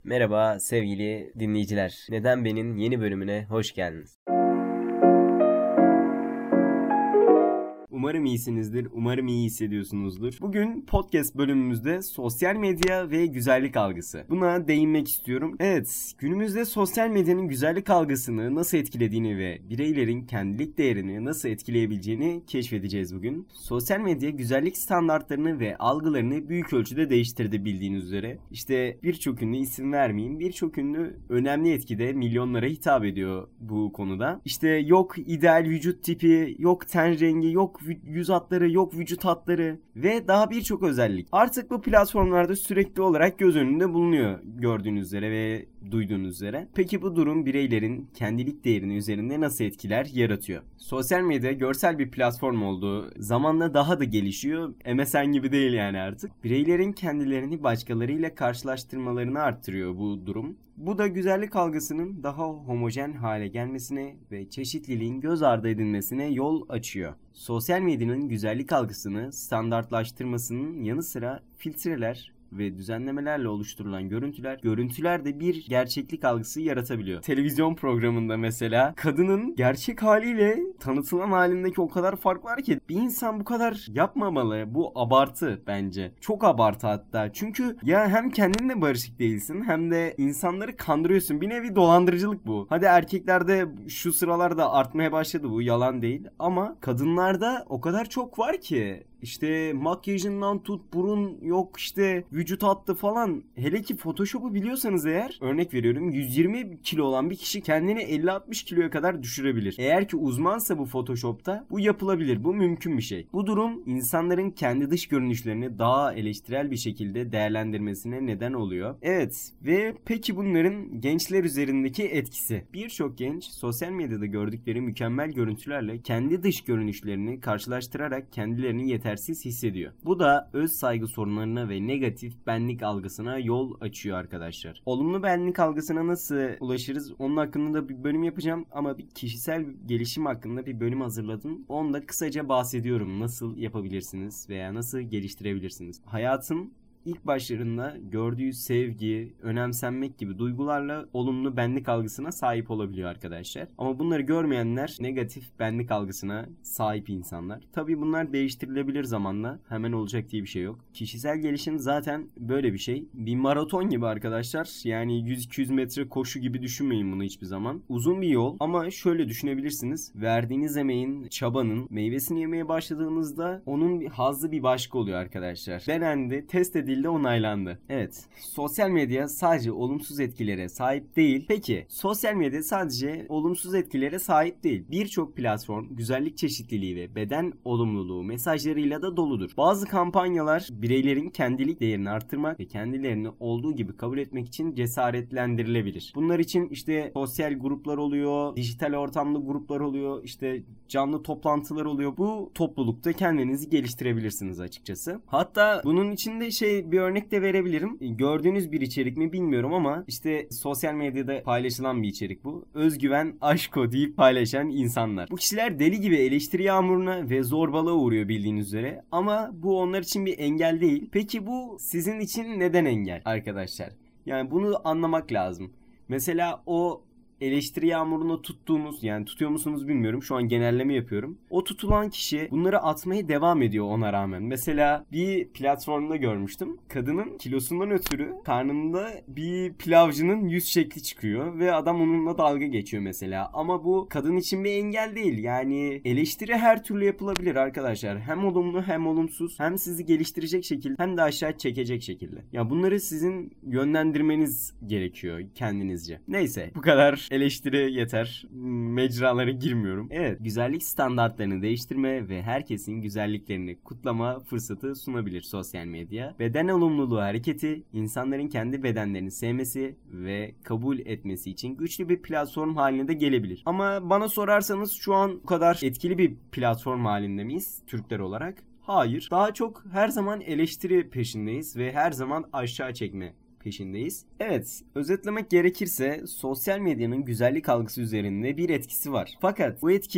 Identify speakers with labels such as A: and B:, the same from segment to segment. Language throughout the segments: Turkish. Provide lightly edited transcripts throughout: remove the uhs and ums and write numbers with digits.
A: Merhaba sevgili dinleyiciler. Neden Ben'in yeni bölümüne hoş geldiniz. Umarım iyisinizdir, umarım iyi hissediyorsunuzdur. Bugün podcast bölümümüzde sosyal medya ve güzellik algısı. Buna değinmek istiyorum. Evet, günümüzde sosyal medyanın güzellik algısını nasıl etkilediğini ve bireylerin kendilik değerini nasıl etkileyebileceğini keşfedeceğiz bugün. Sosyal medya güzellik standartlarını ve algılarını büyük ölçüde değiştirdi bildiğiniz üzere. İşte birçok ünlü, isim vermeyeyim, birçok ünlü önemli etkide milyonlara hitap ediyor bu konuda. İşte yok ideal vücut tipi, yok ten rengi, yok yüz hatları, yok vücut hatları ve daha birçok özellik. Artık bu platformlarda sürekli olarak göz önünde bulunuyor gördüğünüz üzere ve duyduğunuz üzere. Peki bu durum bireylerin kendilik değerini üzerinde nasıl etkiler yaratıyor? Sosyal medya görsel bir platform oldu. Zamanla daha da gelişiyor. MSN gibi değil yani artık. Bireylerin kendilerini başkalarıyla karşılaştırmalarını arttırıyor bu durum. Bu da güzellik algısının daha homojen hale gelmesine ve çeşitliliğin göz ardı edilmesine yol açıyor. Sosyal medyanın güzellik algısını standartlaştırmasının yanı sıra filtreler ve düzenlemelerle oluşturulan görüntüler de bir gerçeklik algısı yaratabiliyor. Televizyon programında mesela kadının gerçek haliyle tanıtılan halindeki o kadar fark var ki bir insan bu kadar yapmamalı. Bu abartı bence. Çok abartı hatta. Çünkü ya hem kendinle barışık değilsin hem de insanları kandırıyorsun. Bir nevi dolandırıcılık bu. Hadi erkeklerde şu sıralarda artmaya başladı, bu yalan değil. Ama kadınlarda o kadar çok var ki. İşte makyajından tut, burun yok, işte vücut hattı falan. Hele ki Photoshop'u biliyorsanız eğer, örnek veriyorum, 120 kilo olan bir kişi kendini 50-60 kiloya kadar düşürebilir. Eğer ki uzmansa bu Photoshop'ta bu yapılabilir. Bu mümkün bir şey. Bu durum insanların kendi dış görünüşlerini daha eleştirel bir şekilde değerlendirmesine neden oluyor. Evet, ve peki bunların gençler üzerindeki etkisi. Birçok genç sosyal medyada gördükleri mükemmel görüntülerle kendi dış görünüşlerini karşılaştırarak kendilerini yetersiz hissediyor. Bu da öz saygı sorunlarına ve negatif benlik algısına yol açıyor arkadaşlar. Olumlu benlik algısına nasıl ulaşırız? Onun hakkında da bir bölüm yapacağım ama bir kişisel gelişim hakkında bir bölüm hazırladım. Onda kısaca bahsediyorum. Nasıl yapabilirsiniz veya nasıl geliştirebilirsiniz? Hayatın İlk başlarında gördüğü sevgi, önemsenmek gibi duygularla olumlu benlik algısına sahip olabiliyor arkadaşlar. Ama bunları görmeyenler negatif benlik algısına sahip insanlar. Tabii bunlar değiştirilebilir zamanla. Hemen olacak diye bir şey yok. Kişisel gelişim zaten böyle bir şey. Bir maraton gibi arkadaşlar. Yani 100-200 metre koşu gibi düşünmeyin bunu hiçbir zaman. Uzun bir yol ama şöyle düşünebilirsiniz. Verdiğiniz emeğin, çabanın meyvesini yemeye başladığınızda onun hazzı bir başka oluyor arkadaşlar. Denendi, test edildi, onaylandı. Evet, sosyal medya sadece olumsuz etkilere sahip değil. Peki, sosyal medya sadece olumsuz etkilere sahip değil. Birçok platform güzellik çeşitliliği ve beden olumluluğu mesajlarıyla da doludur. Bazı kampanyalar bireylerin kendilik değerini artırmak ve kendilerini olduğu gibi kabul etmek için cesaretlendirilebilir. Bunlar için işte sosyal gruplar oluyor, dijital ortamda gruplar oluyor, işte canlı toplantılar oluyor. Bu toplulukta kendinizi geliştirebilirsiniz açıkçası. Hatta bunun içinde bir örnek de verebilirim. Gördüğünüz bir içerik mi bilmiyorum ama işte sosyal medyada paylaşılan bir içerik bu. Özgüven aşko deyip paylaşan insanlar. Bu kişiler deli gibi eleştiri yağmuruna ve zorbalığa uğruyor bildiğiniz üzere. Ama bu onlar için bir engel değil. Peki bu sizin için neden engel arkadaşlar? Yani bunu anlamak lazım. Mesela o eleştiri yağmuruna tuttuğumuz, yani tutuyor musunuz bilmiyorum, şu an genelleme yapıyorum. O tutulan kişi bunları atmaya devam ediyor ona rağmen. Mesela bir platformda görmüştüm. Kadının kilosundan ötürü karnında bir pilavcının yüz şekli çıkıyor ve adam onunla dalga geçiyor mesela. Ama bu kadın için bir engel değil. Yani eleştiri her türlü yapılabilir arkadaşlar. Hem olumlu hem olumsuz, hem sizi geliştirecek şekilde hem de aşağı çekecek şekilde. Ya bunları sizin yönlendirmeniz gerekiyor kendinizce. Neyse, bu kadar eleştiri yeter. Mecralara girmiyorum. Evet, güzellik standartlarını değiştirme ve herkesin güzelliklerini kutlama fırsatı sunabilir sosyal medya. Beden olumluluğu hareketi, insanların kendi bedenlerini sevmesi ve kabul etmesi için güçlü bir platform haline de gelebilir. Ama bana sorarsanız şu an bu kadar etkili bir platform halinde miyiz Türkler olarak? Hayır. Daha çok her zaman eleştiri peşindeyiz ve her zaman aşağı çekme peşindeyiz. Evet, özetlemek gerekirse sosyal medyanın güzellik algısı üzerinde bir etkisi var. Fakat bu etki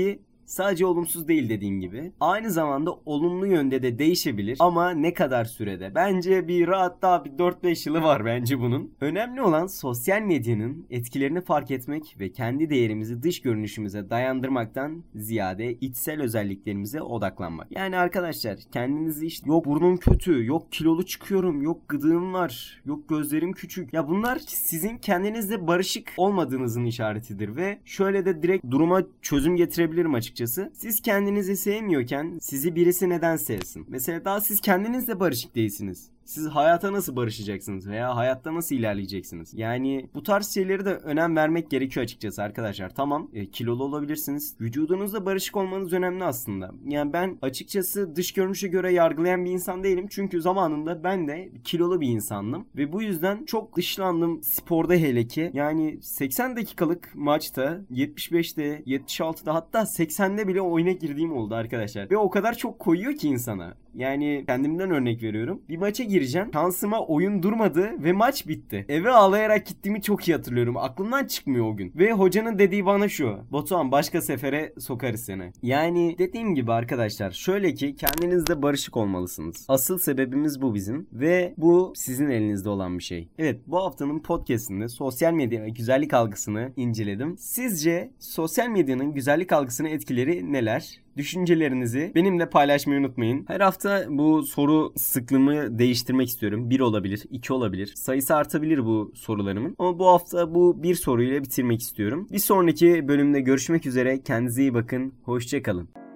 A: Sadece olumsuz değil dediğim gibi. Aynı zamanda olumlu yönde de değişebilir ama ne kadar sürede? Bence bir rahat daha bir 4-5 yılı var bence bunun. Önemli olan sosyal medyanın etkilerini fark etmek ve kendi değerimizi dış görünüşümüze dayandırmaktan ziyade içsel özelliklerimize odaklanmak. Yani arkadaşlar kendinizi işte yok burnum kötü, yok kilolu çıkıyorum, yok gıdığım var, yok gözlerim küçük. Ya bunlar sizin kendinizle barışık olmadığınızın işaretidir ve şöyle de direkt duruma çözüm getirebilirim açıkçası. Siz kendinizi sevmiyorken sizi birisi neden sevsin? Mesela daha siz kendinizle barışık değilsiniz. Siz hayata nasıl barışacaksınız veya hayatta nasıl ilerleyeceksiniz? Yani bu tarz şeyleri de önem vermek gerekiyor açıkçası arkadaşlar. Tamam kilolu olabilirsiniz. Vücudunuzla barışık olmanız önemli aslında. Yani ben açıkçası dış görünüşe göre yargılayan bir insan değilim. Çünkü zamanında ben de kilolu bir insandım. Ve bu yüzden çok dışlandım sporda hele ki. Yani 80 dakikalık maçta 75'te 76'da hatta 80'de bile oyuna girdiğim oldu arkadaşlar. Ve o kadar çok koyuyor ki insana. Yani kendimden örnek veriyorum. Bir maça gireceğim. Şansıma oyun durmadı ve maç bitti. Eve ağlayarak gittiğimi çok iyi hatırlıyorum. Aklımdan çıkmıyor o gün. Ve hocanın dediği bana şu: Batuhan başka sefere sokarız seni. Yani dediğim gibi arkadaşlar şöyle ki kendinizle barışık olmalısınız. Asıl sebebimiz bu bizim. Ve bu sizin elinizde olan bir şey. Evet, bu haftanın podcastinde sosyal medya ve güzellik algısını inceledim. Sizce sosyal medyanın güzellik algısına etkileri neler? Düşüncelerinizi benimle paylaşmayı unutmayın. Her hafta bu soru sıklığımı değiştirmek istiyorum. 1 olabilir, 2 olabilir. Sayısı artabilir bu sorularımın. Ama bu hafta bu bir soruyla bitirmek istiyorum. Bir sonraki bölümde görüşmek üzere. Kendinize iyi bakın. Hoşça kalın.